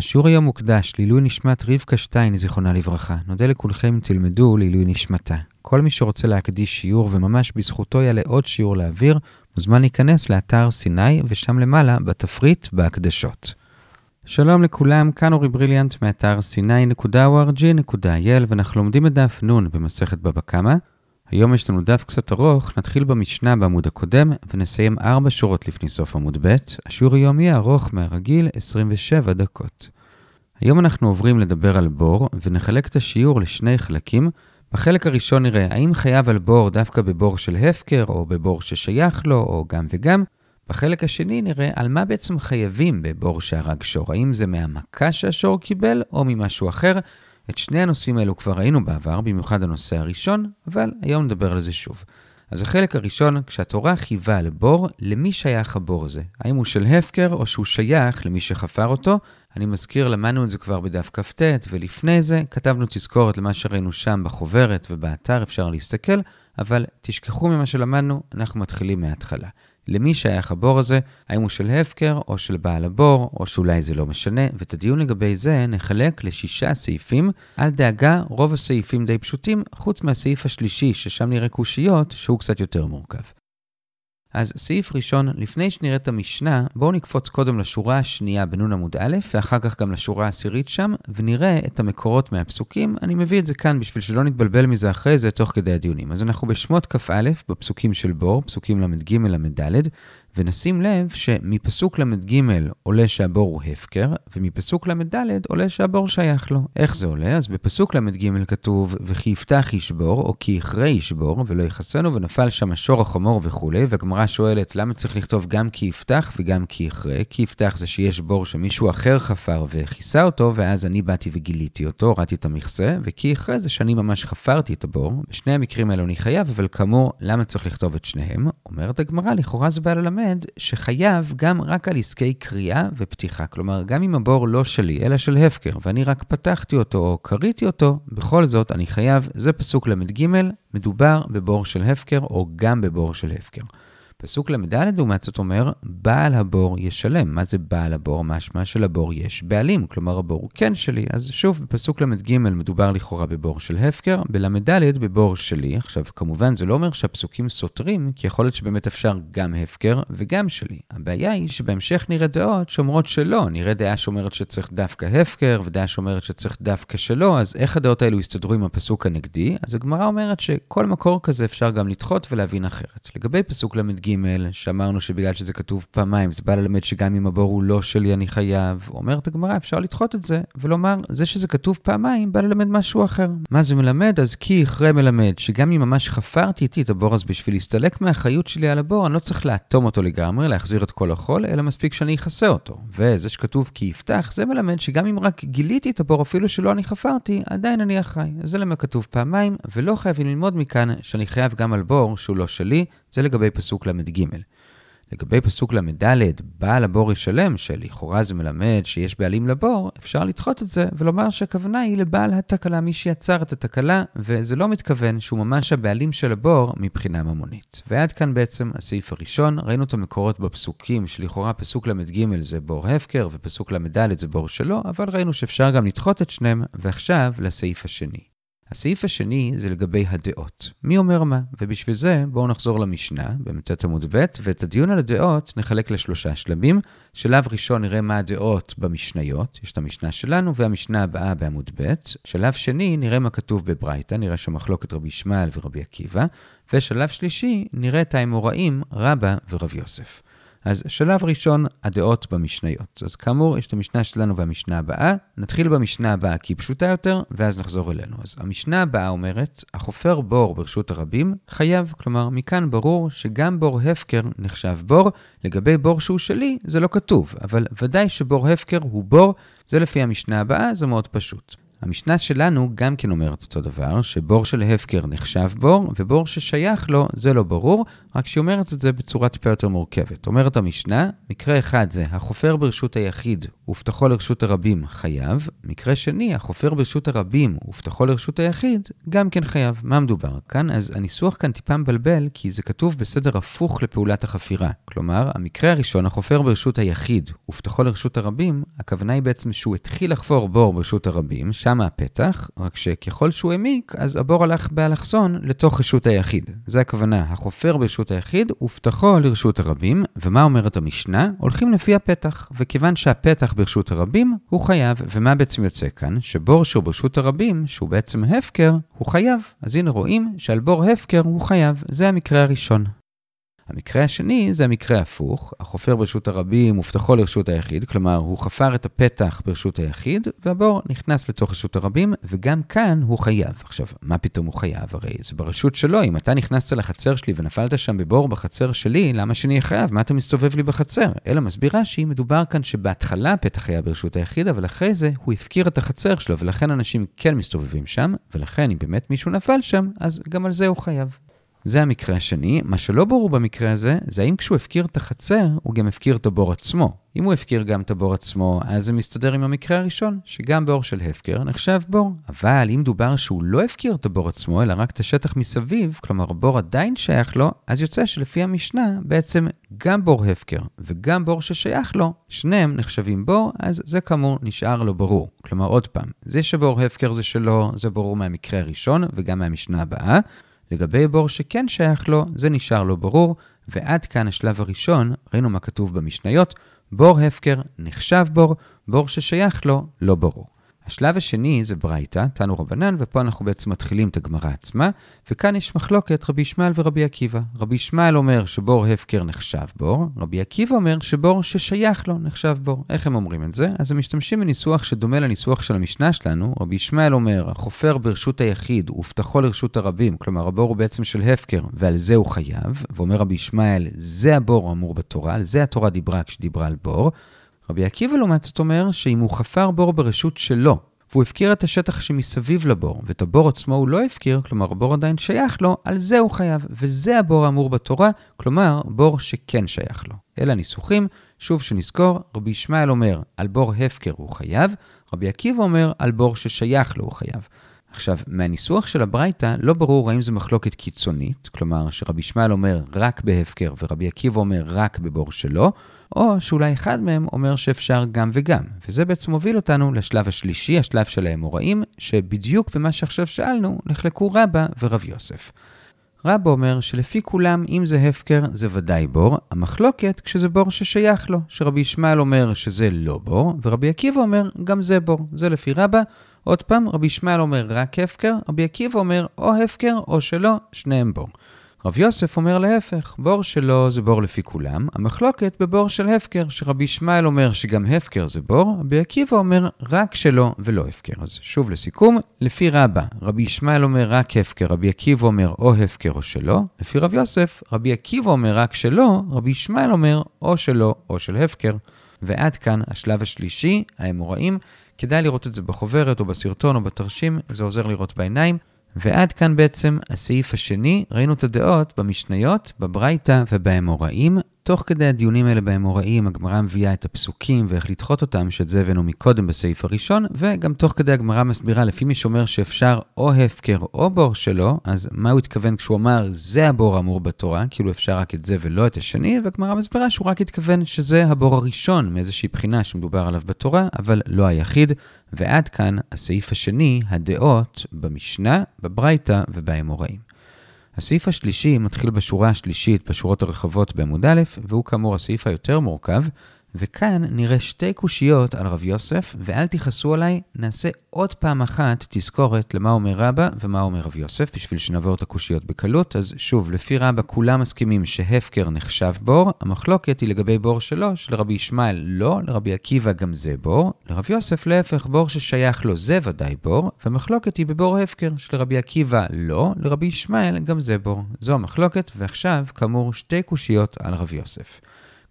השיעור היום מוקדש לעילוי נשמת רבקה שטיין, זיכרונה לברכה. נודה לכולכם תלמדו לעילוי נשמתה. כל מי שרוצה להקדיש שיעור וממש בזכותו יעלה עוד שיעור לאוויר, מוזמן להיכנס לאתר סיני ושם למעלה בתפריט בהקדשות. שלום לכולם, כאן אורי בריליאנט מאתר sini.org.il ואנחנו לומדים את דף נ' במסכת בבא קמא. היום יש לנו דף קצת ארוך, נתחיל במשנה בעמוד הקודם ונסיים 4 שורות לפני סוף עמוד ב'. השיעור היום יהיה ארוך מהרגיל 27 דקות. היום אנחנו עוברים לדבר על בור ונחלק את השיעור לשני חלקים. בחלק הראשון נראה האם חייב על בור דווקא בבור של הפקר או בבור ששייך לו או גם וגם. בחלק השני נראה על מה בעצם חייבים בבור שהרג שור, האם זה מהמכה שהשור קיבל או ממשהו אחר. את שני הנושאים האלו כבר ראינו בעבר, במיוחד הנושא הראשון, אבל היום נדבר על זה שוב. אז החלק הראשון, כשהתורה חייבה על בור, למי שייך הבור הזה? האם הוא של הפקר או שהוא שייך למי שחפר אותו? אני מזכיר, למדנו את זה כבר בדף כ"ט, ולפני זה כתבנו תזכורת למה שראינו שם בחוברת ובאתר, אפשר להסתכל, אבל תשכחו ממה שלמדנו, אנחנו מתחילים מההתחלה. למי שייך הבור הזה, האם הוא של הפקר או של בעל הבור, או שאולי זה לא משנה, ואת הדיון לגבי זה נחלק ל6 סעיפים. אל דאגה, רוב הסעיפים די פשוטים, חוץ מהסעיף השלישי, ששם נראה קושיות, שהוא קצת יותר מורכב. אז סעיף ראשון, לפני שנראה את המשנה, בואו נקפוץ קודם לשורה השנייה בנון עמוד א', ואחר כך גם לשורה העשירית שם, ונראה את המקורות מהפסוקים. אני מביא את זה כאן בשביל שלא נתבלבל מזה אחרי זה תוך כדי הדיונים. אז אנחנו בשמות כ"א, בפסוקים של בור, פסוקים למד ג' למד ד', ונשים לב שמפסוק למד ג' עולה שהבור הוא הפקר, ומפסוק למד ד' עולה שהבור שייך לו. איך זה עולה? אז בפסוק למד ג' כתוב, וכי יפתח ישבור, או כי יכרה ישבור, ולא יחסנו, ונפל שם השור החמור וכו'. והגמרא שואלת, למה צריך לכתוב גם כי יפתח וגם כי יכרה? כי יפתח זה שיש בור שמישהו אחר חפר וכיסה אותו, ואז אני באתי וגיליתי אותו, הורדתי את המכסה, וכי יכרה זה שאני ממש חפרתי את הבור. בשני המקרים האלו אני חייב, אבל כאמור, למה צריך לכתוב את שניהם? אומרת הגמרא, לכאורה זה בא ללמד שחייב גם רק על עסקי קריאה ופתיחה. כלומר, גם אם הבור לא שלי, אלא של הפקר, ואני רק פתחתי אותו או קריתי אותו, בכל זאת אני חייב, זה פסוק למד ג', מדובר בבור של הפקר או גם בבור של הפקר. פסוק למד ד' לעומת זאת אומר, בעל הבור ישלם. מה זה בעל הבור? משמע של הבור יש בעלים, כלומר הבור הוא כן שלי. אז שוב, בפסוק למד ג' מדובר לכאורה בבור של הפקר, בלמד ד' בבור שלי. עכשיו, כמובן זה לא אומר שהפסוקים סותרים, כי יכול להיות שבאמת אפשר גם הפקר וגם שלי. הבעיה היא שבהמשך נראה דעות שאומרות שלא. נראה דעה שאומרת שצריך דווקא הפקר, ודעה שאומרת שצריך דווקא שלא. אז איך הדעות האלו יסתדרו עם הפסוק הנגדי? אז הגמרא אומרת שכל מקור כזה אפשר גם לדחות ולהבין אחרת. לגבי פסוק למד ג' שאמרנו שבגלל שזה כתוב פעמיים, זה בא ללמד שגם אם הבור הוא לא שלי אני חייב. אומרת הגמרא, אפשר לדחות את זה ולומר, זה שזה כתוב פעמיים בא ללמד משהו אחר. מה זה מלמד? אז כי יכרה מלמד שגם אם ממש חפרתי איתי את הבור, אז בשביל להסתלק מהאחריות שלי על הבור, אני לא צריך לאטום אותו לגמרי, להחזיר את כל החול, אלא מספיק שאני אחסה אותו. וזה שכתוב כי יפתח, זה מלמד שגם אם רק גיליתי את הבור אפילו שלא אני חפרתי, עדיין אני אחראי. זה למה כתוב פעמיים, ולא חייבים ללמוד מכאן שאני חייב גם על בור שהוא לא שלי. זה לגבי פסוק למד ג'. לגבי פסוק למד ד', בעל הבור ישלם, שלכאורה זה מלמד שיש בעלים לבור, אפשר לדחות את זה ולומר שהכוונה היא לבעל התקלה, מי שיצר את התקלה, וזה לא מתכוון שהוא ממש הבעלים של הבור מבחינה ממונית. ועד כאן בעצם הסעיף הראשון. ראינו את המקורות בפסוקים שלכאורה פסוק למד ג' זה בור הפקר ופסוק למד ד' זה בור שלו, אבל ראינו שאפשר גם לדחות את שניהם. ועכשיו לסעיף השני. הסעיף השני זה לגבי הדעות. מי אומר מה? ובשביל זה בואו נחזור למשנה, במתת עמוד ב', ואת הדיון על הדעות נחלק ל3 שלבים. שלב ראשון נראה מה הדעות במשניות, יש את המשנה שלנו והמשנה הבאה בעמוד ב'. שלב שני נראה מה כתוב בברייתא, נראה שמחלוקת רבי ישמעאל ורבי עקיבא. ושלב שלישי נראה את האמוראים רבא ורב יוסף. אז שלב ראשון, הדעות במשניות. אז כאמור, יש את המשנה שלנו והמשנה הבאה. נתחיל במשנה הבאה כי היא פשוטה יותר, ואז נחזור אלינו. אז המשנה הבאה אומרת, החופר בור ברשות הרבים חייב. כלומר, מכאן ברור שגם בור הפקר נחשב בור. לגבי בור שהוא שלי, זה לא כתוב, אבל ודאי שבור הפקר הוא בור. זה לפי המשנה הבאה, זה מאוד פשוט. המשנה שלנו גם כן אומרת אותו דבר, שבור של הפקר נחשב בור, ובור ששייך לו זה לא ברור, רק שהיא אומרת את זה בצורה טיפה יותר מורכבת. אומרת המשנה, מקרה אחד זה החופר ברשות היחיד ופתחו לרשות הרבים חייב, מקרה שני, החופר ברשות הרבים ופתחו לרשות היחיד גם כן חייב. מה מדובר כאן? אז הניסוח כאן טיפה מבלבל, כי זה כתוב בסדר הפוך לפעולת החפירה. כלומר, המקרה הראשון, החופר ברשות היחיד ופתחו לרשות הרבים, הכוונה היא בעצם שהוא התחיל לחפור בור ברשות הרבים, שם הפתח, רק שככל שהוא העמיק, אז הבור הלך באלכסון לתוך רשות היחיד. זה הכוונה, החופר ברשות היחיד ופתחו לרשות הרבים, ומה אומרת המשנה? הולכים לפי הפתח, וכיוון שהפתח ברשות הרבים הוא חייב, ומה בעצם יוצא כאן? שבור שהוא ברשות הרבים, שהוא בעצם הפקר, הוא חייב. אז הנה רואים שעל בור הפקר הוא חייב. זה המקרה הראשון. המקרה השני זה המקרה הפוך, החופר ברשות הרבים ופתחו לרשות היחיד, כלומר הוא חפר את הפתח ברשות היחיד, והבור נכנס לתוך רשות הרבים, וגם כאן הוא חייב. עכשיו, מה פתאום הוא חייב? הרי זה ברשות שלו, אם אתה נכנסת לחצר שלי ונפלת שם בבור בחצר שלי, למה שאני אהיה חייב? מה אתה מסתובב לי בחצר? אלא מסבירה שהיא מדובר כאן שבהתחלה הפתח היה ברשות היחיד, אבל אחרי זה הוא הפקיר את החצר שלו, ולכן אנשים כן מסתובבים שם, ולכן אם באמת מישהו נפל שם, אז גם על זה הוא חייב. זה המקרה השני. מה שלא ברור במקרה הזה, זה האם כשהוא הפקיר את החצר, הוא גם הפקיר את הבור עצמו. אם הוא הפקיר גם את הבור עצמו, אז זה מסתדר עם המקרה הראשון, שגם בור של הפקר נחשב בור. אבל אם דובר שהוא לא הפקיר את הבור עצמו, אלא רק את השטח מסביב, כלומר הבור עדיין שייך לו, אז יוצא שלפי המשנה, בעצם גם בור הפקר וגם בור ששייך לו, שניהם נחשבים בור, אז זה כאמור נשאר לו ברור. כלומר עוד פעם, זה שבור הפקר זה שלו, זה ברור מהמקרה הראשון וגם מהמשנה הבאה. לגבי בור שכן שייך לו, זה נשאר לו ברור, ועד כאן השלב הראשון, ראינו מה כתוב במשניות, בור הפקר נחשב בור, בור ששייך לו לא ברור. השלב השני זה ברייתא, תנו רבנן, ופה אנחנו בעצם מתחילים את הגמרא עצמה, וכאן יש מחלוקת רבי ישמעאל ורבי עקיבא. רבי ישמעאל אומר שבור הפקר נחשב בור, רבי עקיבא אומר שבור ששייך לו נחשב בור. איך הם אומרים את זה? אז הם משתמשים בניסוח שדומה לניסוח של המשנה שלנו. רבי ישמעאל אומר, החופר ברשות היחיד ופתחו לרשות הרבים, כלומר הבור הוא בעצם של הפקר, ועל זה הוא חייב, ואומר רבי ישמעאל, זה הבור האמור בתורה, על זה התורה דיברה כשדיברה על בור. רבי עקיבא לעומת זאת אומר שאם הוא חפר בור ברשות שלו, והוא הפקיר את השטח שמסביב לבור, ואת הבור עצמו הוא לא הפקיר, כלומר הבור עדיין שייך לו, על זה הוא חייב, וזה הבור האמור בתורה, כלומר בור שכן שייך לו. אלה הניסוחים, שוב שנזכור, רבי ישמעאל אומר על בור הפקר הוא חייב, רבי עקיבא אומר על בור ששייך לו הוא חייב. עכשיו, מהניסוח של הברייתא לא ברור האם זו מחלוקת קיצונית, כלומר שרבי ישמעאל אומר רק בהפקר ורבי עקיבא אומר רק בבור שלו, או שאולי אחד מהם אומר שאפשר גם וגם. וזה בעצם מוביל אותנו לשלב השלישי, השלב של האמוראים, שבדיוק במה שעכשיו שאלנו נחלקו רבא ורב יוסף. רבא אומר שלפי כולם, אם זה הפקר, זה ודאי בור. המחלוקת כשזה בור ששייך לו, שרבי ישמעאל אומר שזה לא בור, ורבי עקיבא אומר גם זה בור. זה לפי רבא. עוד פעם, רבי ישמעאל אומר רק הפקר, רבי עקיבא אומר או הפקר או שלא, שניהם בור. רב יוסף אומר להפך, בור שלו זה בור לפי כולם, המחלוקת בבור של הפקר, שרבי ישמעאל אומר שגם הפקר זה בור, רבי עקיבא אומר רק שלו ולא הפקר. אז שוב לסיכום, לפי רבא, רבי ישמעאל אומר רק הפקר, רבי עקיבא אומר או הפקר או שלא, לפי רב יוסף, רבי עקיבא אומר רק שלו, רבי ישמעאל אומר או שלא או של הפקר. ועד כאן השלב השלישי, האמוראים, כדאי לראות את זה בחוברת או בסרטון או בתרשים, זה עוזר לראות בעיניים. ועד כאן בעצם הסעיף השני, ראינו את הדעות במשניות, בברייתא ובאמוראים. תוך כדי הדיונים האלה באמוראים, הגמרא מביאה את הפסוקים ואיך לדחות אותם, שאת זה הבאנו מקודם בסעיף הראשון, וגם תוך כדי הגמרא מסבירה לפי מי שאומר שאפשר או הפקר או בור שלו, אז מה הוא התכוון כשהוא אמר זה הבור האמור בתורה, כאילו אפשר רק את זה ולא את השני, והגמרא מסבירה שהוא רק התכוון שזה הבור הראשון מאיזושהי בחינה שמדובר עליו בתורה, אבל לא היחיד. ועד כאן הסעיף השני, הדעות במשנה, בברייתא ובאמוראים. הסעיף השלישי מתחיל בשורה השלישית, בשורות הרחבות בעמוד א', והוא כאמור הסעיף היותר מורכב, וכאן נראה שתי קושיות על רב יוסף, ואל תיחסו עליי, נעשה עוד פעם אחת תזכורת למה אומר רבא ומה אומר רב יוסף, בשביל שנעבור את הקושיות בקלות. אז שוב, לפי רבא כולם מסכימים שהפקר נחשב בור, המחלוקת היא לגבי בור שלו, שלרבי ישמעאל לא, לרבי עקיבא גם זה בור, לרב יוסף להפך, בור ששייך לו זה ודאי בור, והמחלוקת היא בבור הפקר, שלרבי עקיבא לא, לרבי ישמעאל גם זה בור. זו המחלוקת, ועכשיו כאמור שתי קושיות על רב יוסף.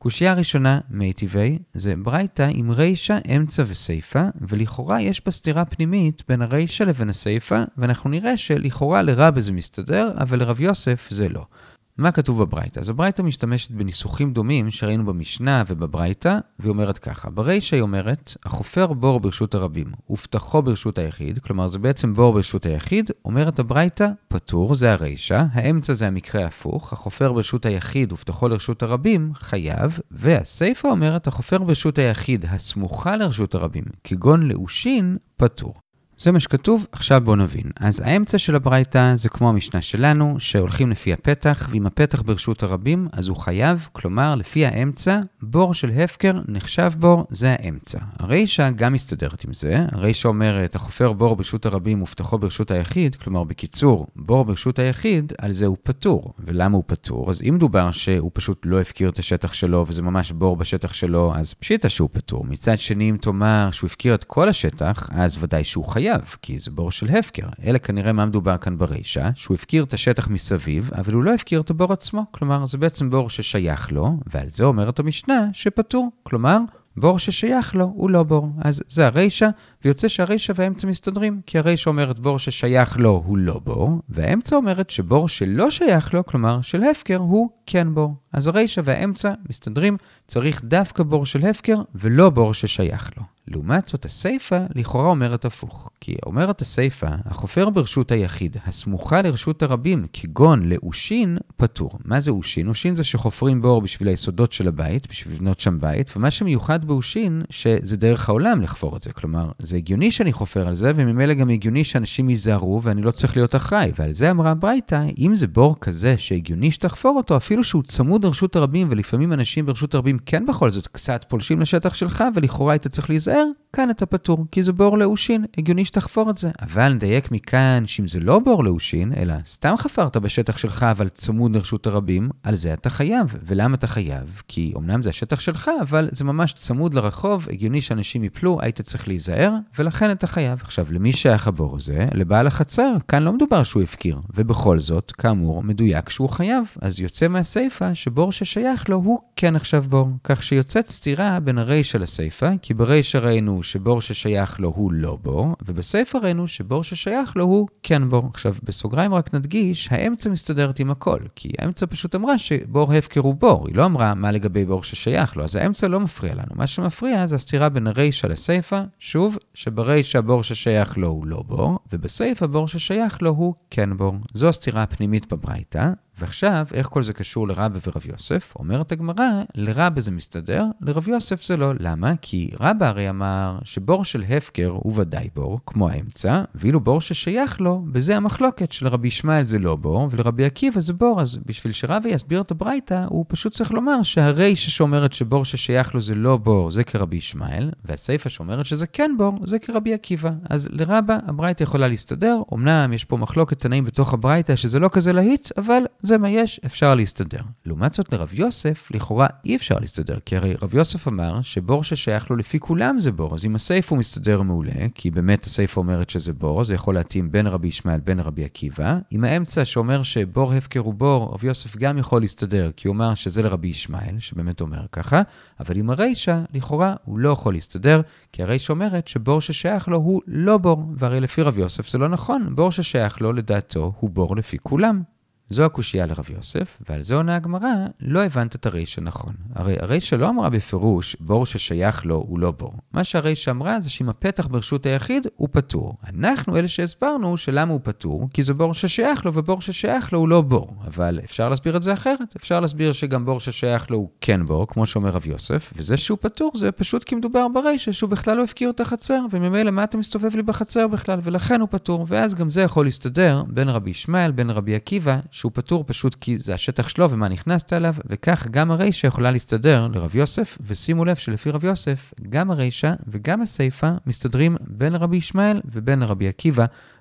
קושייה ראשונה מיטיבי זה ברייתא עם רישא, אמצע וסייפא, ולכאורה יש בה סתירה פנימית בין הרישא לבין הסייפא, ואנחנו נראה שלכאורה לרבה זה מסתדר, אבל לרב יוסף זה לא. מה כתוב בברייתא? אז הברייתא משתמשת בניסוחים דומים שראינו במשנה ובברייתא, והיא אומרת ככה. ברישא היא אומרת, החופר בור ברשות הרבים, ופתחו ברשות היחיד, כלומר זה בעצם בור ברשות היחיד, אומרת הברייתא, פטור, זה הרישא, האמצע זה המקרה הפוך, החופר ברשות היחיד ופתחו לרשות הרבים, חייב, והסייפא אומרת, החופר ברשות היחיד הסמוכה לרשות הרבים, כגון לאושין, פטור. זה מה שכתוב, עכשיו בואו נבין. אז האמצע של הברייתא זה כמו המשנה שלנו, שהולכים לפי הפתח, ואם הפתח ברשות הרבים, אז הוא חייב, כלומר, לפי האמצע, בור של הפקר נחשב בור, זה האמצע. הרישא גם מסתדרת עם זה, הרישא אומרת, החופר בור ברשות הרבים ופתחו ברשות היחיד, כלומר, בקיצור, בור ברשות היחיד, על זה הוא פטור. ולמה הוא פטור? אז אם דובר שהוא פשוט לא הפקיר את השטח שלו, וזה ממש בור בשטח שלו, אז פשיטה שהוא פטור. מצד שני, אם תאמר שהוא הפקיר את כל השטח, אז ודאי שהוא חייב. כי זה בור של הפקר. אלה כנראה מה מדובר כאן ברישא, שהוא הפקיר את השטח מסביב, אבל הוא לא הפקיר את הבור עצמו. כלומר, זה בעצם בור ששייך לו, ועל זה אומרת המשנה שפטור. כלומר, בור ששייך לו הוא לא בור. אז זה הרישא, ויוצא שהרישא והאמצע מסתדרים, כי הרישא אומרת בור ששייך לו הוא לא בור, והאמצע אומרת שבור שלא שייך לו, כלומר של הפקר, הוא כן בור. אז הרישא והאמצע מסתדרים, צריך דווקא בור של הפקר, ולא בור ששייך לו. לעומת זאת, הסייפא לכאורה אומרת הפוך. כי אומרת הסייפא, החופר ברשות היחיד, הסמוכה לרשות הרבים, כגון לאושין, פטור. מה זה אושין? אושין זה שחופרים בור בשביל היסודות של הבית, בשביל לבנות שם בית, ומה שמיוחד באושין, שזה דרך העולם לחפור את זה. כלומר, זה הגיוני שאני חופר על זה, וממילא גם הגיוני שאנשים ייזהרו, ואני לא צריך להיות אחראי. ועל זה אמרה הברייתא, אם זה בור כזה שהגיוני שתחפור אותו, אפילו שהוא צמוד לרשות הרבים, ולפעמים אנשים ברשות הרבים כן בכל זאת קצת פולשים לשטח שלך, ולכאורה היית צריך להיזהר, כאן אתה פטור, כי זה בור לאושין, הגיוני שתחפור את זה. אבל נדייק מכאן שאם זה לא בור לאושין, אלא סתם חפרת בשטח שלך, אבל צמוד לרשות הרבים, על זה אתה חייב. ולמה אתה חייב? כי אמנם זה השטח שלך, אבל זה ממש צמוד לרחוב, הגיוני שאנשים יפלו, היית צריך להיזהר, ולכן אתה חייב. עכשיו, למי שייך הבור הזה? לבעל החצר. כאן לא מדובר שהוא הפקיר, ובכל זאת, כאמור, מדויק שהוא חייב. אז יוצא מהסייפא שבור ששייך לו הוא כן נחשב בור. כך שיוצאת סתירה בין הרישא לסייפא, כי ברישא ראינו שבור ששייך לו הוא לא בור, ובסייפא ראינו שבור ששייך לו הוא כן בור. עכשיו, בסוגריים רק נדגיש, האמצע מסתדרת עם הכל, כי האמצע פשוט אמרה שבור הפקר הוא בור, היא לא אמרה מה לגבי בור ששייך לו, אז האמצע לא מפריע לנו. מה שמפריע זה הסתירה בין הרישא לסייפא, שוב, שברישא בור ששייך לו הוא לא בור, ובסייפא בור ששייך לו הוא כן בור. זו הסתירה הפנימית בברייתא. ועכשיו, איך כל זה קשור לרבא ורב יוסף? אומרת הגמרא, לרבא זה מסתדר, לרב יוסף זה לא. למה? כי רבא הרי אמר שבור של הפקר הוא ודאי בור, כמו האמצע, ואילו בור ששייך לו, בזה המחלוקת של רבי ישמעאל זה לא בור, ולרבי עקיבא זה בור. אז בשביל שרבא יסביר את הברייתא, הוא פשוט צריך לומר שהרישא שאומרת שבור ששייך לו זה לא בור, זה כרבי ישמעאל, והסייפא שאומרת שזה כן בור, זה כרבי עקיבא. אז לרבא הברייתא יכולה להסתדר, אמנם יש פה מחלוקת תנאים בתוך הברייתא שזה לא כזה להיט, אבל זה מה יש, אפשר להסתדר. לעומת זאת לרב יוסף, לכאורה אי אפשר להסתדר, כי הרי רב יוסף אמר שבור ששייך לו לפי כולם זה בור, אז אם הסייפא הוא מסתדר מעולה, כי באמת הסייפא אומרת שזה בור, זה יכול להתאים בין רבי ישמעאל בין רבי עקיבא, עם האמצע שאומר שבור הפקר הוא בור, רב יוסף גם יכול להסתדר, כי הוא אומר שזה לרבי ישמעאל, שבאמת אומר ככה, אבל עם הרישא, לכאורה הוא לא יכול להסתדר, כי הרישא אומרת שבור ששייך לו הוא לא בור, והרי לפי רב יוסף זה לא נכון, בור ששייך לו לדעתו הוא בור לפי כולם. זו הקושייה לרב יוסף, ועל זה עונה הגמרא, לא הבנת את הרישא נכון. הרי הרישא לא אמרה בפירוש, בור ששייך לו הוא לא בור. מה שהרישא אמרה זה שאם הפתח ברשות היחיד הוא פטור. אנחנו אלה שהסברנו שלמה הוא פטור, כי זה בור ששייך לו, ובור ששייך לו הוא לא בור. אבל אפשר להסביר את זה אחרת. אפשר להסביר שגם בור ששייך לו הוא כן בור, כמו שאומר רב יוסף, וזה שהוא פטור זה פשוט כי מדובר ברישא, שהוא בכלל לא הפקיר את החצר, וממילא מה אתה מסתובב לי בחצר בכלל, ולכן הוא פטור. ואז גם זה יכול להסתדר בין רבי ישמעאל, בין רבי עקיבא, שהוא פטור פשוט כי זה השטח שלו ומה נכנסת אליו, וכך גם הרישא יכולה להסתדר לרב יוסף, ושימו לב שלפי רב יוסף, גם הרישא וגם הסייפא מסתדרים בין רבי ישמעאל ובין רבי עקיבא,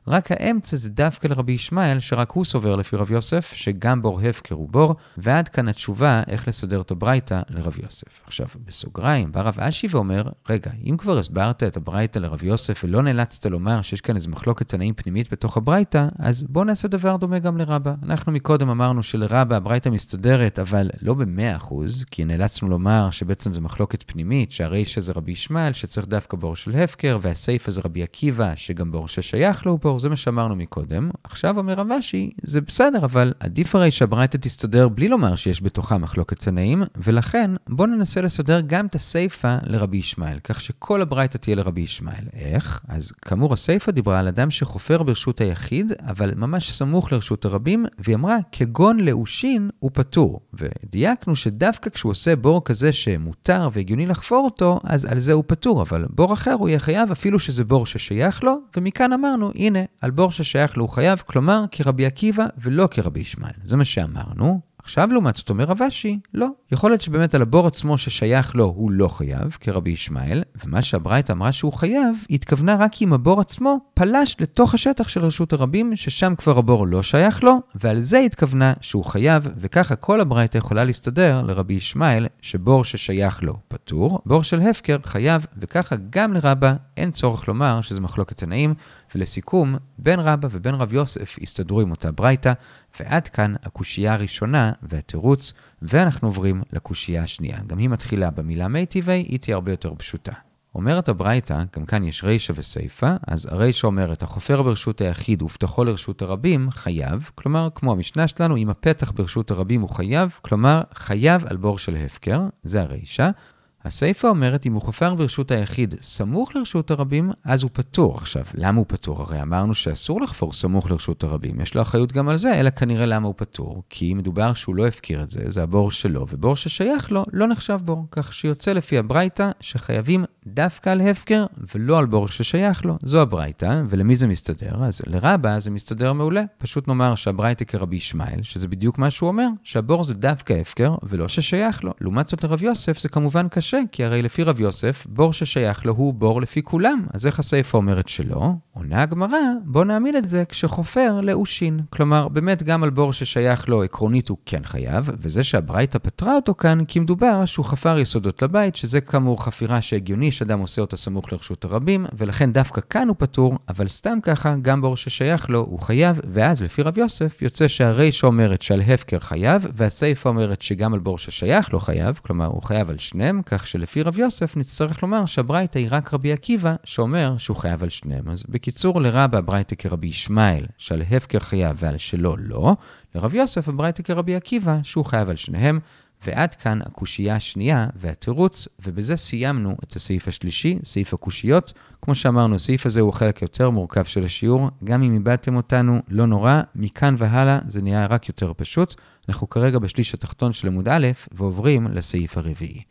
רק האמצע זה דווקא לרבי ישמעאל, שרק הוא סובר לפי רב יוסף, שגם בור הפקר הוא בור, ועד כאן התשובה איך לסדר את הברייתא לרב יוסף. עכשיו, בסוגריים, בא רב אשי ואומר, רגע, אם כבר הסברת את הברייתא לרב יוסף ולא נאלצת לומר שיש כאן איזו מחלוקת תנאים פנימית בתוך הברייתא, אז בוא נעשה דבר דומה גם לרבא. אנחנו מקודם אמרנו שלרבא הברייתא מסתדרת, אבל לא ב100%, כי נאלצנו לומר שבעצם זה מחלוקת פנימית, שהרישא זה רבי ישמעאל, שצריך דווקא בור של הפקר, והסייפא זה רבי עקיבא, שגם בור ששייך לו בור, זה מה שאמרנו מקודם. עכשיו אומר רב אשי, זה בסדר, אבל עדיף הרי שהברייתא תסתדר בלי לומר שיש בתוכה מחלוקת תנאים, ולכן בוא ננסה לסדר גם את הסייפא לרבי ישמעאל, כך שכל הברייתא תהיה לרבי ישמעאל. איך? אז כאמור הסייפא דיברה על אדם שחופר ברשות היחיד, אבל ממש סמוך לרשות הרבים, והיא אמרה, כגון לאושין הוא פטור. ודייקנו שדווקא כשהוא עושה בור כזה שמותר והגיוני לחפור אותו, אז על זה הוא פטור, אבל בור אחר הוא יהיה חייב אפילו שזה בור ששייך לו, ומכאן אמרנו, הנה, על בור ששייך לו הוא חייב, כלומר כרבי עקיבא ולא כרבי ישמעאל. זה מה שאמרנו. עכשיו לעומת זאת אומר רב אשי, לא. יכול להיות שבאמת על הבור עצמו ששייך לו הוא לא חייב, כרבי ישמעאל, ומה שהברייתא אמרה שהוא חייב, היא התכוונה רק אם הבור עצמו פלש לתוך השטח של רשות הרבים, ששם כבר הבור לא שייך לו, ועל זה התכוונה שהוא חייב, וככה כל הברייתא יכולה להסתדר לרבי ישמעאל, שבור ששייך לו פטור, בור של הפקר חייב, וככה גם לרבא אין צורך לומר שזה מחלוקת תנאים, ולסיכום, בין רבא ובין רב יוסף הסתדרו עם אותה ברייתא, ועד כאן הקושייה הראשונה והתירוץ, ואנחנו עוברים לקושייה השנייה. גם היא מתחילה במילה מיטיבי, היא תהיה הרבה יותר פשוטה. אומרת הברייתא, גם כאן יש רישא וסייפא, אז הרישא אומרת, החופר ברשות היחיד ופתחו לרשות הרבים חייב, כלומר, כמו המשנה שלנו, אם הפתח ברשות הרבים הוא חייב, כלומר, חייב על בור של הפקר, זה הרישא. הסייפא אומרת, אם הוא חופר ברשות היחיד סמוך לרשות הרבים, אז הוא פטור. עכשיו, למה הוא פטור? הרי אמרנו שאסור לחפור סמוך לרשות הרבים. יש לו אחריות גם על זה, אלא כנראה למה הוא פטור. כי מדובר שהוא לא הפקיר את זה, זה הבור שלו, ובור ששייך לו לא נחשב בור. כך שיוצא לפי הברייתא שחייבים דווקא על הפקר, ולא על בור ששייך לו. זו הברייתא, ולמי זה מסתדר? אז לרבא זה מסתדר מעולה. פשוט נאמר שהברייתא כרבי ישמעאל, שזה בדיוק מה שהוא אומר, שהבור זה דווקא הפקר, ולא ששייך לו. לעומת זאת לרב יוסף זה כמובן קשה, כי הרי לפי רב יוסף, בור ששייך לו הוא בור לפי כולם. אז איך הסייפא אומרת שלא? עונה הגמרא, בוא נעמיד את זה כשחופר לאושין. כלומר, באמת גם על בור ששייך לו עקרונית הוא כן חייב, וזה שהברייתא פתרה אותו כאן, כי מדובר שהוא חפר יסודות לבית, שזה כאמור חפירה שהגיוני שאדם עושה אותה סמוך לרשות הרבים, ולכן דווקא כאן הוא פטור, אבל סתם ככה, גם בור ששייך לו הוא חייב, ואז לפי רב יוסף יוצא שהרישא אומרת שעל הפקר חייב, והסייפא אומרת שגם על בור ששייך לו חייב, כלומר הוא חייב על שניהם, כך שלפי רב יוסף נצטרך לומר שהברייתא היא רק רבי עקיבא, שאומר שהוא חייב על שניהם. אז בקיצור לרבא הברייתא כרבי ישמעאל, שעל הפקר חייב ועל שלו לא, לרב יוסף הברייתא כרבי עקיבא, שהוא חייב על שניהם, ועד כאן הקושייה השנייה והתירוץ, ובזה סיימנו את הסעיף השלישי, סעיף הקושיות. כמו שאמרנו, הסעיף הזה הוא החלק יותר מורכב של השיעור, גם אם איבדתם אותנו, לא נורא, מכאן והלאה זה נהיה רק יותר פשוט. אנחנו כרגע בשליש התחתון של עמוד א', ועוברים לסעיף הרביעי.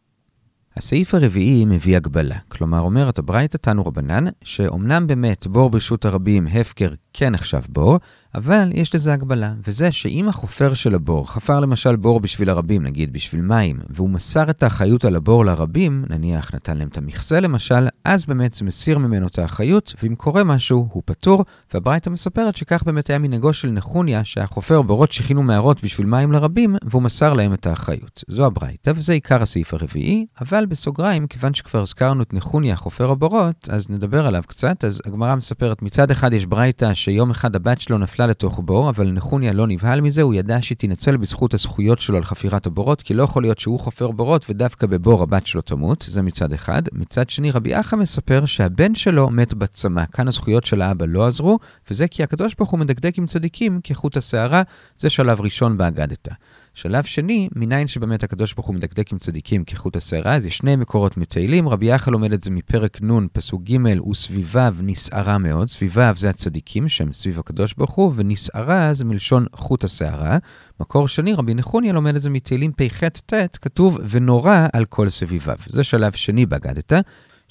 הסעיף הרביעי מביא הגבלה, כלומר אומרת הברייתא תנו רבנן, שאומנם באמת בור ברשות הרבים הפקר כן נחשב בור, אבל יש לזה הגבלה, וזה שאם החופר של הבור חפר למשל בור בשביל הרבים, נגיד בשביל מים, והוא מסר את האחריות על הבור לרבים, נניח נתן להם את המכסה למשל, אז באמת זה מסיר ממנו את האחריות, ואם קורה משהו הוא פטור, והברייתא מספרת שכך באמת היה מנהגו של נחוניה, שהחופר בורות שכינו מערות בשביל מים לרבים, והוא מסר להם את האחריות. זו הברייתא, וזה עיקר הסעיף הרביעי, אבל בסוגריים, כיוון שכבר הזכרנו את נחוניה חופר הבורות, אז נדבר עליו קצת. אז הגמרא מספרת, מצד אחד יש ברייתא שיום אחד הבת שלו נפלה לתוך בור, אבל נחוניה לא נבהל מזה, הוא ידע שהיא תנצל בזכות הזכויות שלו על חפירת הבורות, כי לא יכול להיות שהוא חופר בורות ודווקא בבור הבת שלו תמות, זה מצד אחד. מצד שני, רבי אחא מספר שהבן שלו מת בצמא, כאן הזכויות של האבא לא עזרו, וזה כי הקדוש ברוך הוא מדקדק עם צדיקים כחוט השערה, זה שלב ראשון באגדתא. שלב שני, מניין שבאמת הקדוש ברוך הוא מדקדק עם צדיקים כחוט השערה, אז יש שני מקורות מתהילים, רבי אחא לומד את זה מפרק נ' פסוק ג' וסביביו נסערה מאוד, סביביו זה הצדיקים שהם סביב הקדוש ברוך הוא, ונסערה זה מלשון חוט השערה. מקור שני, רבי נחוניה לומד את זה מתהילים פ"ח ט', כתוב ונורא על כל סביביו. זה שלב שני באגדתא.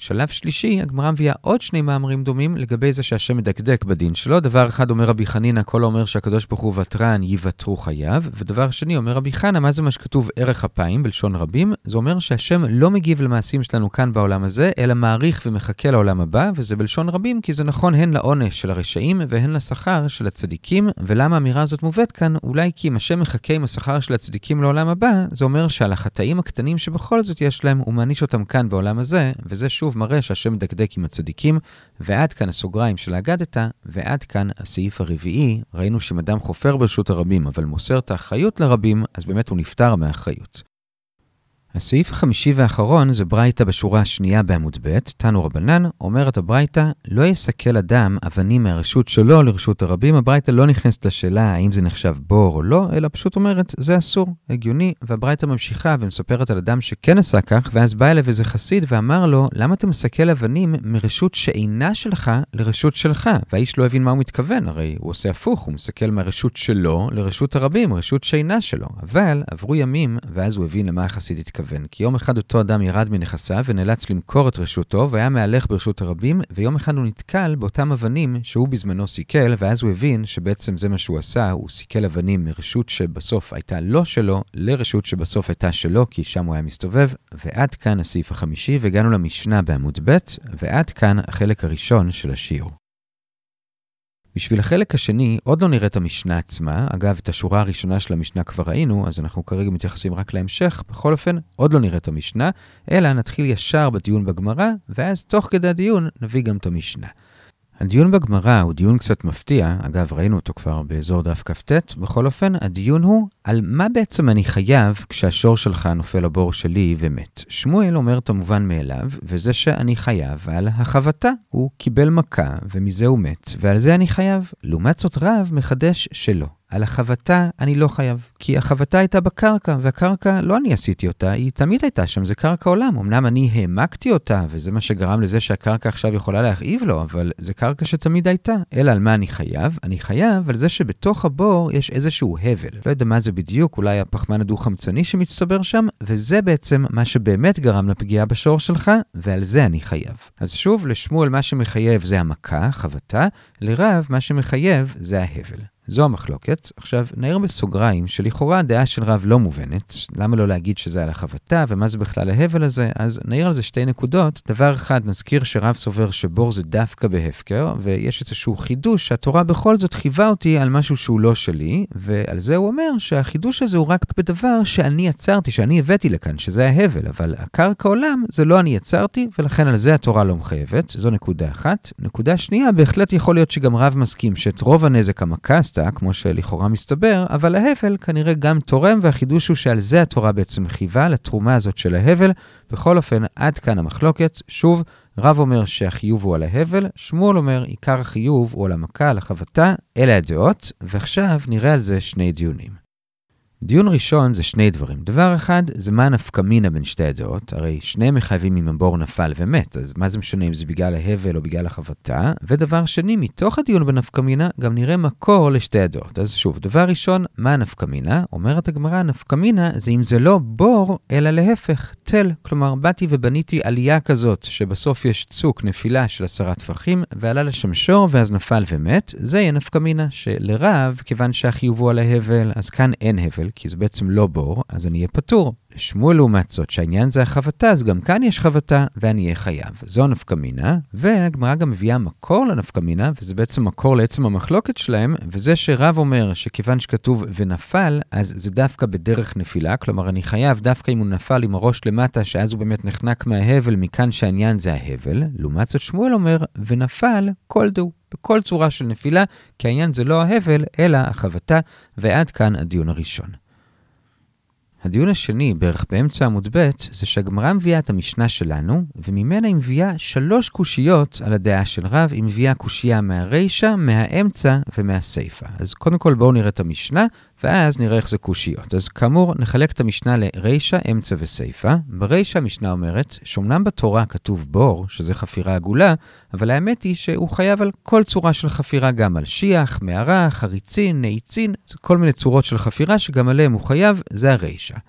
שלב שלישי, הגמרא מביאה עוד שני מאמרים דומים לגבי זה שהשם מדקדק בדין שלו. דבר אחד אומר רבי חנינא, כל האומר שהקדוש ברוך הוא ותרן יוותרו חייו, ודבר שני אומר רבי חנא, מה זה מה שכתוב ערך אפיים בלשון רבים? זה אומר שהשם לא מגיב למעשים שלנו כאן בעולם הזה, אלא מעריך ומחכה לעולם הבא, וזה בלשון רבים כי זה נכון הן לעונש של הרשעים והן לשכר של הצדיקים. ולמה האמירה הזאת מובאת כאן? אולי כי אם השם מחכה עם השכר של הצדיקים לעולם הבא, זה אומר שעל החטאים הקטנים שבכל זאת יש להם, הוא מעניש אותם כאן בעולם הזה, וזה שוב מראה שהשם מדקדק עם הצדיקים. ועד כאן הסוגריים של האגדתא, ועד כאן הסעיף הרביעי. ראינו שאם אדם חופר ברשות הרבים, אבל מוסר את האחריות לרבים, אז באמת הוא נפטר מהאחריות. הסעיף החמישי והאחרון זה ברייתא בשורה השנייה בעמוד ב', תנו רבנן, אומרת הברייתא, לא יסכל אדם אבנים מהרשות שלו לרשות הרבים. הברייתא לא נכנסת לשאלה האם זה נחשב בור או לא, אלא פשוט אומרת, זה אסור, הגיוני, והברייתא ממשיכה ומספרת על אדם שכן עשה כך, ואז בא אליו איזה חסיד ואמר לו, למה אתה מסכל אבנים מרשות שאינה שלך לרשות שלך? והאיש לא הבין מה הוא מתכוון, הרי הוא עושה הפוך, הוא מסכל מהרשות שלו לרשות הרבים, רשות שאינה שלו. אבל עברו ימים, ואז הוא הבין למה החסיד התכוון. כי יום אחד אותו אדם ירד מנכסיו ונאלץ למכור את רשותו והיה מהלך ברשות הרבים, ויום אחד הוא נתקל באותם אבנים שהוא בזמנו סיכל, ואז הוא הבין שבעצם זה מה שהוא עשה, הוא סיכל אבנים מרשות שבסוף הייתה לא שלו לרשות שבסוף הייתה שלו, כי שם הוא היה מסתובב. ועד כאן הסעיף החמישי, והגענו למשנה בעמוד ב', ועד כאן החלק הראשון של השיעור. בשביל החלק השני, עוד לא נראה את המשנה עצמה. אגב, את השורה הראשונה של המשנה כבר ראינו, אז אנחנו כרגע מתייחסים רק להמשך. בכל אופן, עוד לא נראה את המשנה, אלא נתחיל ישר בדיון בגמרא, ואז תוך כדי הדיון נביא גם את המשנה. הדיון בגמרא הוא דיון קצת מפתיע, אגב ראינו אותו כבר באזור דף כ"ט. בכל אופן, הדיון הוא על מה בעצם אני חייב כשהשור שלך נופל לבור שלי ומת. שמואל אומר את המובן מאליו, וזה שאני חייב על החבטה. הוא קיבל מכה ומזה הוא מת, ועל זה אני חייב. לעומת זאת רב מחדש שלא. על החבטה אני לא חייב, כי החבטה הייתה בקרקע, והקרקע לא אני עשיתי אותה, היא תמיד הייתה שם, זה קרקע עולם. אמנם אני העמקתי אותה, וזה מה שגרם לזה שהקרקע עכשיו יכולה להכאיב לו, אבל זה קרקע שתמיד הייתה. אלא על מה אני חייב? אני חייב על זה שבתוך הבור יש איזשהו הבל. לא יודע מה זה בדיוק, אולי הפחמן הדו-חמצני שמצטבר שם, וזה בעצם מה שבאמת גרם לפגיעה בשור שלך, ועל זה אני חייב. אז שוב, לשמואל מה שמחייב זה המכה, חבטה, לרב מה שמחייב זה ההבל. זו המחלוקת. עכשיו, נעיר בסוגריים שלכאורה הדעה של רב לא מובנת. למה לא להגיד שזה על החבטה ומה זה בכלל ההבל הזה? אז נעיר על זה שתי נקודות. דבר אחד, נזכיר שרב סובר שבור זה דווקא בהפקר, ויש איזשהו חידוש שהתורה בכל זאת חייבה אותי על משהו שהוא לא שלי, ועל זה הוא אומר שהחידוש הזה הוא רק בדבר שאני יצרתי, שאני הבאתי לכאן, שזה ההבל, אבל הקרקע עולם זה לא אני יצרתי, ולכן על זה התורה לא מחייבת. זו נקודה אחת. נקודה שנייה, בהחלט יכול להיות שגם רב מסכים שאת רוב הנזק המכה כמו שלכאורה מסתבר, אבל ההבל כנראה גם תורם, והחידוש הוא שעל זה התורה בעצם חייבה, לתרומה הזאת של ההבל. בכל אופן, עד כאן המחלוקת. שוב, רב אומר שהחיוב הוא על ההבל, שמואל אומר עיקר החיוב הוא על המכה, על החבטה. אלה הדעות, ועכשיו נראה על זה שני דיונים. דיון ראשון זה שני דברים. דבר אחד זה מה נפקא מינה בין שתי הדעות, הרי שניהם מחייבים אם הבור נפל ומת, אז מה זה משנה אם זה בגלל ההבל או בגלל החבטה? ודבר שני, מתוך הדיון בנפקא מינה גם נראה מקור לשתי הדעות. אז שוב, דבר ראשון, מה נפקא מינה? אומרת הגמרא, נפקא מינה זה אם זה לא בור, אלא להפך, תל. כלומר, באתי ובניתי עלייה כזאת, שבסוף יש צוק, נפילה של 10 טפחים, ועלה לשם שור ואז נפל ומת. זה יהיה נפקא מינה, שלרב, כיוון שהחיוב הוא על ההבל, אז כאן אין הבל, כי זה בעצם לא בור, אז אני אהיה פטור. לשמואל לעומת זאת שהעניין זה החבטה, אז גם כאן יש חבטה ואני אהיה חייב. זו נפקא מינה, והגמרא גם מביאה מקור לנפקא מינה, וזה בעצם מקור לעצם המחלוקת שלהם, וזה שרב אומר שכיוון שכתוב ונפל, אז זה דווקא בדרך נפילה, כלומר אני חייב דווקא אם הוא נפל עם הראש למטה, שאז הוא באמת נחנק מההבל, מכאן שהעניין זה ההבל. לעומת זאת שמואל אומר ונפל כל דו, בכל צורה של נפילה, כי העניין זה לא ההבל, אלא החבטה, ועד כאן הדיון הראשון. הדיון השני, בערך באמצע עמוד ב', זה שהגמרא מביאה את המשנה שלנו, וממנה היא מביאה 3 קושיות על הדעה של רב. היא מביאה קושייה מהרישה, מהאמצע ומהסייפה. אז קודם כל בואו נראה את המשנה, ואז נראה איך זה קושיות. אז כאמור, נחלק את המשנה לרישה, אמצע וסייפה. ברישה המשנה אומרת, שאומנם בתורה כתוב בור, שזה חפירה עגולה, אבל האמת היא שהוא חייב על כל צורה של חפירה, גם על שיח, מערה, חריצין, נעיצין, כל מיני צורות של חפירה שגם עליהם הוא חייב, זה הרישה.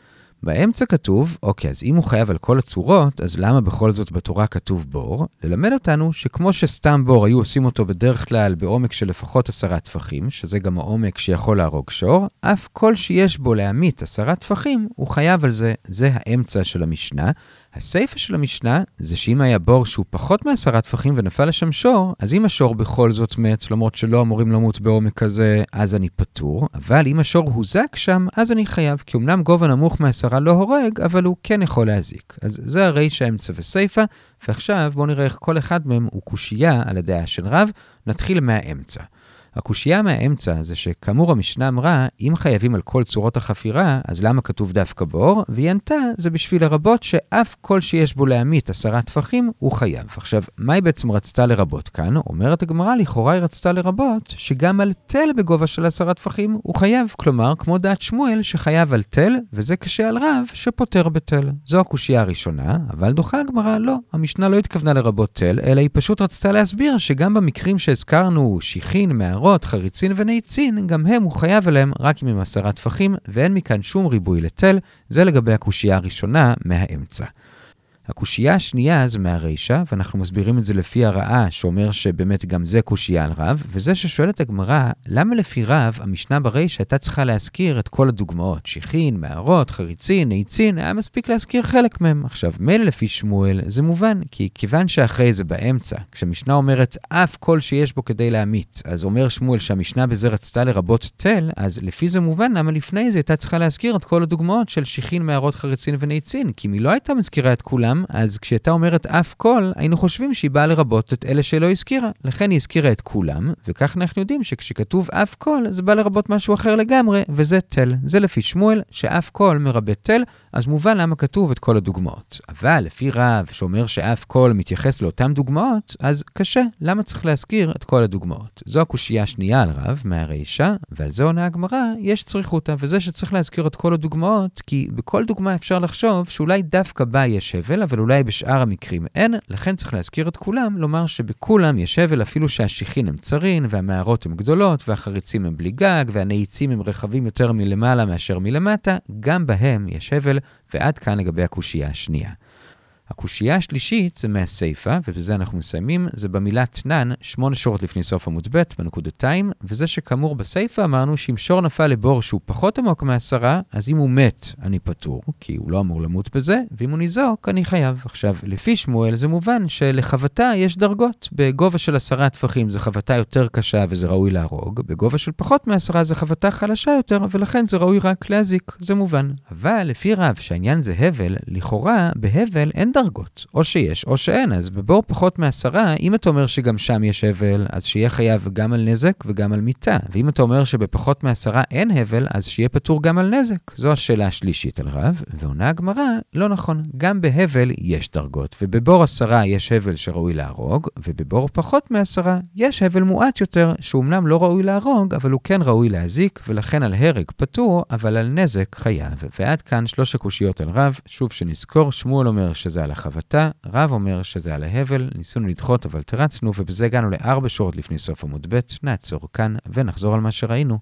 באמצע כתוב, אוקיי, אז אם הוא חייב על כל הצורות, אז למה בכל זאת בתורה כתוב בור? ללמד אותנו שכמו שסתם בור היו עושים אותו בדרך כלל בעומק של לפחות 10 טפחים, שזה גם העומק שיכול להרוג שור, אף כל שיש בו להמית 10 טפחים, הוא חייב על זה. זה האמצע של המשנה. הסייפה של המשנה זה שאם היה בור שהוא פחות מ10 טפחים ונפל לשם שור, אז אם השור בכל זאת מת, למרות שלא אמורים למות בעומק כזה, אז אני פטור. אבל אם השור הוזק שם, אז אני חייב, כי אמנם גובה נמוך מ10 לא הורג, אבל הוא כן יכול להזיק. אז זה הרישה, אמצע וסייפה, ועכשיו בואו נראה איך כל אחד מהם הוא קושייה על הדעה של רב. נתחיל מהאמצע. הקושייה מהאמצע זה שכאמור המשנה אמרה, אם חייבים על כל צורות החפירה, אז למה כתוב דווקא בור? והיא ענתה, זה בשביל לרבות שאף כל שיש בו להמית 10 טפחים, הוא חייב. עכשיו, מה היא בעצם רצתה לרבות כאן? אומרת הגמרא, לכאורה היא רצתה לרבות, שגם על תל בגובה של 10 טפחים, הוא חייב. כלומר, כמו דעת שמואל, שחייב על תל, וזה קשה על רב, שפותר בתל. זו הקושייה הראשונה, אבל דוחה הגמרא, לא. המשנה לא התכוונה לרבות תל, אלא היא פשוט רצתה להסביר שגם במקרים שהזכרנו, שיחין, מערות, חריצין וניצין, גם הם הוא חייב עליהם רק עם 10 טפחים, ואין מכאן שום ריבוי לתל. זה לגבי הקושייה הראשונה מהאמצע. הקושייה השנייה זה מהרישה, ואנחנו מסבירים את זה לפי הרעה, שאומר שבאמת גם זה קושייה על רב, וזה ששואלת הגמרא, למה לפי רב המשנה ברישה הייתה צריכה להזכיר את כל הדוגמאות, שיחין, מערות, חריצין, ניצין, היה מספיק להזכיר חלק מהם. עכשיו, מילא לפי שמואל, זה מובן, כי כיוון שאחרי זה באמצע, כשהמשנה אומרת אף כל שיש בו כדי להמית, אז אומר שמואל שהמשנה בזה רצתה לרבות תל, אז לפי זה מובן למה לפני זה הייתה צריכה להזכיר את כל הדוגמאות של שיחין, מערות, חריצין וניצין, כי אם היא לא הייתה מזכירה את כולם, אז כשהייתה אומרת אף כל, היינו חושבים שהיא באה לרבות את אלה שלא הזכירה. לכן היא הזכירה את כולם, וכך אנחנו יודעים שכשכתוב אף כל, זה בא לרבות משהו אחר לגמרי, וזה תל. זה לפי שמואל, שאף כל מרבה תל, אז מובן למה כתוב את כל הדוגמאות. אבל לפי רב שאומר שאף כל מתייחס לאותן דוגמאות, אז קשה. למה צריך להזכיר את כל הדוגמאות? זו הקושייה השנייה על רב, מהרישה, ועל זה עונה הגמרא, יש צריכותה, וזה שצריך להזכיר את כל הדוגמאות, כי בכל דוגמה אפשר לחשוב שאולי דווקא בה יש הבל, אבל אולי בשאר המקרים אין, לכן צריך להזכיר את כולם, לומר שבכולם יש הבל אפילו שהשיחין הם צרין, והמערות הם גדולות, והחריצים הם בלי גג, והניצים הם רחבים יותר מלמעלה מאשר מלמטה, גם בהם יש הבל, ועד כאן לגבי הקושייה השנייה. הקושייה השלישית זה מהסייפה, ובזה אנחנו מסיימים, זה במילה תנן, 8 שורות לפני סוף עמוד ב' בנקודתיים, וזה שכאמור בסייפה אמרנו שאם שור נפל לבור שהוא פחות עמוק מ10, אז אם הוא מת אני פטור, כי הוא לא אמור למות בזה, ואם הוא ניזוק אני חייב. עכשיו, לפי שמואל זה מובן שלחבטה יש דרגות. בגובה של 10 טפחים זה חבטה יותר קשה וזה ראוי להרוג, בגובה של פחות מ10 זה חבטה חלשה יותר, ולכן זה ראוי רק להזיק, זה מובן. אבל לפי רב שהעניין זה הבל, לכאורה בהבל אין דרגות, או שיש או שאין. אז בבור פחות מ10, אם אתה אומר שגם שם יש הבל, אז שיהיה חייב גם על נזק וגם על מיתה. ואם אתה אומר שבפחות מ10 אין הבל, אז שיהיה פטור גם על נזק. זו השאלה השלישית על רב, ועונה הגמרא, לא נכון. גם בהבל יש דרגות, ובבור 10 יש הבל שראוי להרוג, ובבור פחות מ10 יש הבל מועט יותר, שאומנם לא ראוי להרוג, אבל הוא כן ראוי להזיק, ולכן על הרג פטור, אבל על נזק חייב. ועד כאן 3 קושיות על רב. שוב שנזכור, שמואל אומר שזה על החבטה, רב אומר שזה על ההבל, ניסינו לדחות אבל תרצנו, ובזה הגענו ל4 שורות לפני סוף עמוד ב'. נעצור כאן ונחזור על מה שראינו.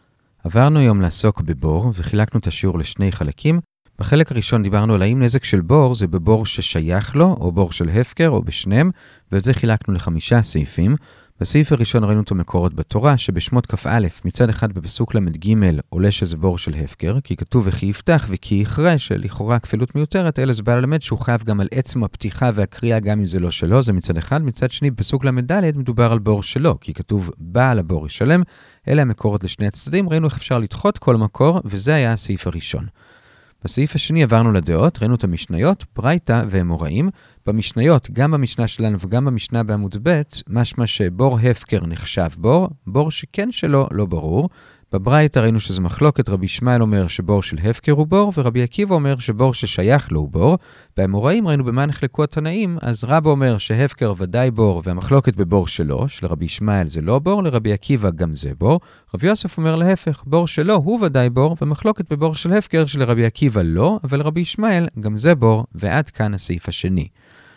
עברנו היום לעסוק בבור, וחילקנו את השיעור לשני חלקים. בחלק הראשון דיברנו על האם נזק של בור זה בבור ששייך לו, או בור של הפקר, או בשניהם, ואת זה חילקנו ל5 סעיפים. בסעיף הראשון ראינו את המקורות בתורה, שבשמות כ"א מצד אחד בפסוק למד ג' עולה שזה בור של הפקר, כי כתוב וכי יפתח וכי יכרה, שלכאורה כפילות מיותרת, אלא זה בא ללמד שהוא חייב גם על עצם הפתיחה והקריאה, גם אם זה לא שלו, זה מצד אחד. מצד שני, בפסוק למד ד' מדובר על בור שלו, כי כתוב בעל הבור ישלם. אלה המקורות לשני הצדדים, ראינו איך אפשר לדחות כל מקור, וזה היה הסעיף הראשון. בסעיף השני עברנו לדעות, ראינו את המשניות, ברייתא ואמוראים. במשניות, גם במשנה שלנו וגם במשנה בעמוד ב', משמע שבור הפקר נחשב בור, בור שכן שלו לא ברור. בברייתא ראינו שזה מחלוקת, רבי ישמעאל אומר שבור של הפקר הוא בור, ורבי עקיבא אומר שבור ששייך לו הוא בור. באמוראים ראינו במה נחלקו התנאים, אז רבא אומר שהפקר ודאי בור, והמחלוקת בבור שלו, של רבי ישמעאל זה לא בור, לרבי עקיבא גם זה בור. רבי יוסף אומר להפך, בור שלו הוא ודאי בור, ומחלוקת בבור של הפקר של רבי עקיבא לא, אבל רבי ישמעאל גם זה בור, ועד כאן הסעיף השני.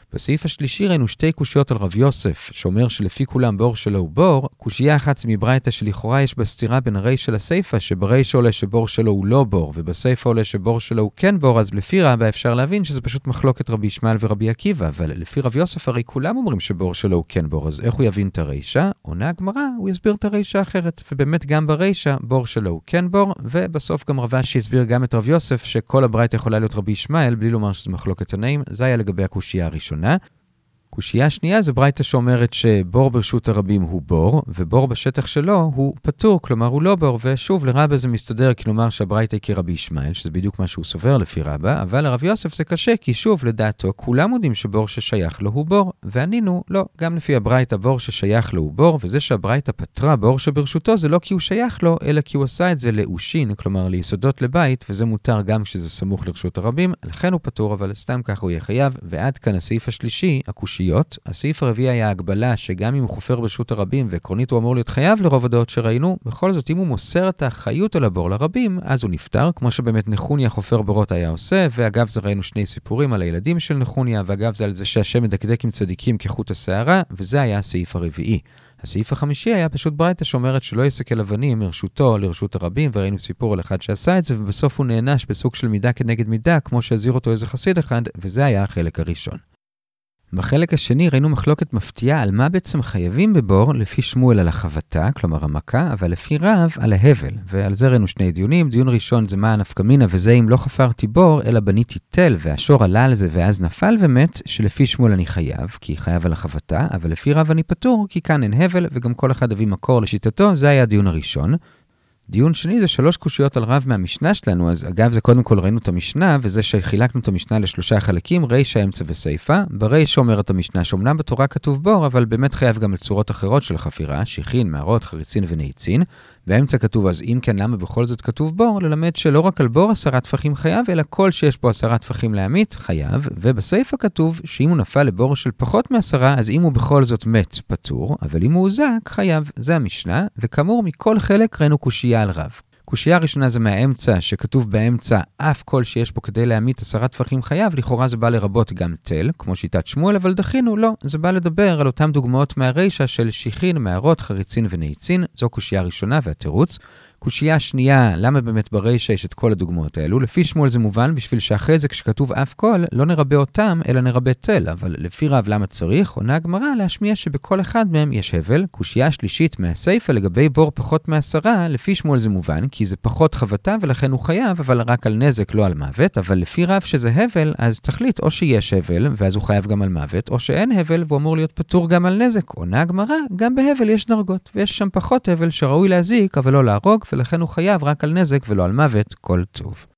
בסעיף השלישי ראינו שתי קושיות על רב יוסף, שאומר שלפי כולם בור שלו הוא בור. קושייה אחת זה מברייתא שלכאורה יש בה סתירה בין הרישא לסיפא, שברישא עולה שבור שלו הוא לא בור, ובסיפא עולה שבור שלו הוא כן בור, אז לפי רבא אפשר להבין שזה פשוט מחלוקת רבי ישמעאל ורבי עקיבא, אבל לפי רב יוסף הרי כולם אומרים שבור שלו הוא כן בור, אז איך הוא יבין את הרישא? עונה הגמרא, הוא יסביר את הרישא אחרת, ובאמת גם ברישא בור שלו הוא כן בור, ובסוף גם רב אשי יסביר גם את רב יוסף שכל הברייתא יכולה להיות רבי ישמעאל, בלי לומר שזה מחלוקת תנאים. זה היה לגבי הקושייה הראשונה. קושייה שנייה זה ברייתא שאומרת שבור ברשות הרבים הוא בור, ובור בשטח שלו הוא פטור, כלומר הוא לא בור, ושוב לרבא זה מסתדר כלומר שהברייתא היא כרבי ישמעאל, שזה בדיוק מה שהוא סובר לפי רבא, אבל לרב יוסף זה קשה, כי שוב לדעתו כולם יודעים שבור ששייך לו הוא בור, וענינו לא, גם לפי הברייתא בור ששייך לו הוא בור, וזה שהברייתא פטרה בור שברשותו זה לא כי הוא שייך לו, אלא כי הוא עשה את זה לאושין, כלומר ליסודות לבית, וזה מותר גם כשזה סמוך לרשות הרבים, לכן הוא פטור, אבל סתם כך הוא יהיה חייב. ועד כאן הסעיף השלישי, הקושיות. הסעיף הרביעי היה הגבלה שגם אם הוא חופר ברשות הרבים ועקרונית הוא אמור להיות חייב לרוב הדעות שראינו, בכל זאת אם הוא מוסר את האחריות על הבור לרבים, אז הוא נפטר, כמו שבאמת נחוניה חופר בורות היה עושה, ואגב זה ראינו שני סיפורים על הילדים של נחוניה, ואגב זה על זה שהשם מדקדק עם צדיקים כחוט השערה, וזה היה הסעיף הרביעי. הסעיף החמישי היה פשוט ברייתא שאומרת שלא יסקל אבנים מרשותו לרשות הרבים, וראינו סיפור על אחד שעשה את זה, ובסוף הוא נענש בסוג של מידה כנגד מידה, כמו שהזהיר אותו איזה חסיד אחד, וזה היה החלק הראשון. בחלק השני ראינו מחלוקת מפתיעה על מה בעצם חייבים בבור, לפי שמואל על החבטה, כלומר המכה, אבל לפי רב על ההבל, ועל זה ראינו שני דיונים. דיון ראשון זה מה הנפקא מינה, וזה אם לא חפרתי בור, אלא בניתי תל, והשור עלה על זה ואז נפל ומת, שלפי שמואל אני חייב, כי חייב על החבטה, אבל לפי רב אני פטור, כי כאן אין הבל, וגם כל אחד הביא מקור לשיטתו. זה היה הדיון הראשון. דיון שני זה 3 קושיות על רב מהמשנה שלנו, אז אגב זה קודם כל ראינו את המשנה, וזה שחילקנו את המשנה ל3 חלקים, רישא, אמצע וסיפא. ברישא אומרת המשנה שאומנם בתורה כתוב בור, אבל באמת חייב גם על צורות אחרות של חפירה, שיחין, מערות, חריצין ונעיצין. באמצע כתוב, אז אם כן למה בכל זאת כתוב בור, ללמד שלא רק על בור 10 טפחים חייב, אלא כל שיש בו 10 טפחים להמית חייב, ובסיפא כתוב שאם הוא נפל לבור של פחות מ10, אז אם הוא בכל זאת מת פטור, אבל אם הוא הוזק חייב. זה המשנה, וכאמור מכל חלק ראינו קושייה על רב. קושייה הראשונה זה מהאמצע, שכתוב באמצע אף כל שיש בו כדי להמית 10 טפחים חייב, לכאורה זה בא לרבות גם תל, כמו שיטת שמואל, אבל דחינו, לא, זה בא לדבר על אותם דוגמאות מהרישא של שיחין, מערות, חריצין ונעיצין. זו קושייה הראשונה והתירוץ. קושייה שנייה, למה באמת ברישא יש את כל הדוגמאות האלו? לפי שמואל זה מובן, בשביל שאחרי זה כשכתוב אף כל, לא נרבה אותם, אלא נרבה תל, אבל לפי רב למה צריך? עונה הגמרא להשמיע שבכל אחד מהם יש הבל. קושייה שלישית מהסיפא לגבי בור פחות מ10, לפי שמואל זה מובן, כי זה פחות חבטה ולכן הוא חייב, אבל רק על נזק, לא על מוות. אבל לפי רב שזה הבל, אז תחליט או שיש הבל, ואז הוא חייב גם על מוות, או שאין הבל, והוא אמור להיות פטור גם על נזק. עונה הגמרא, גם בהבל יש דרגות, ויש שם פחות הבל שראוי להזיק, אבל לא להרוג, ולכן הוא חייב רק על נזק ולא על מוות. כל טוב.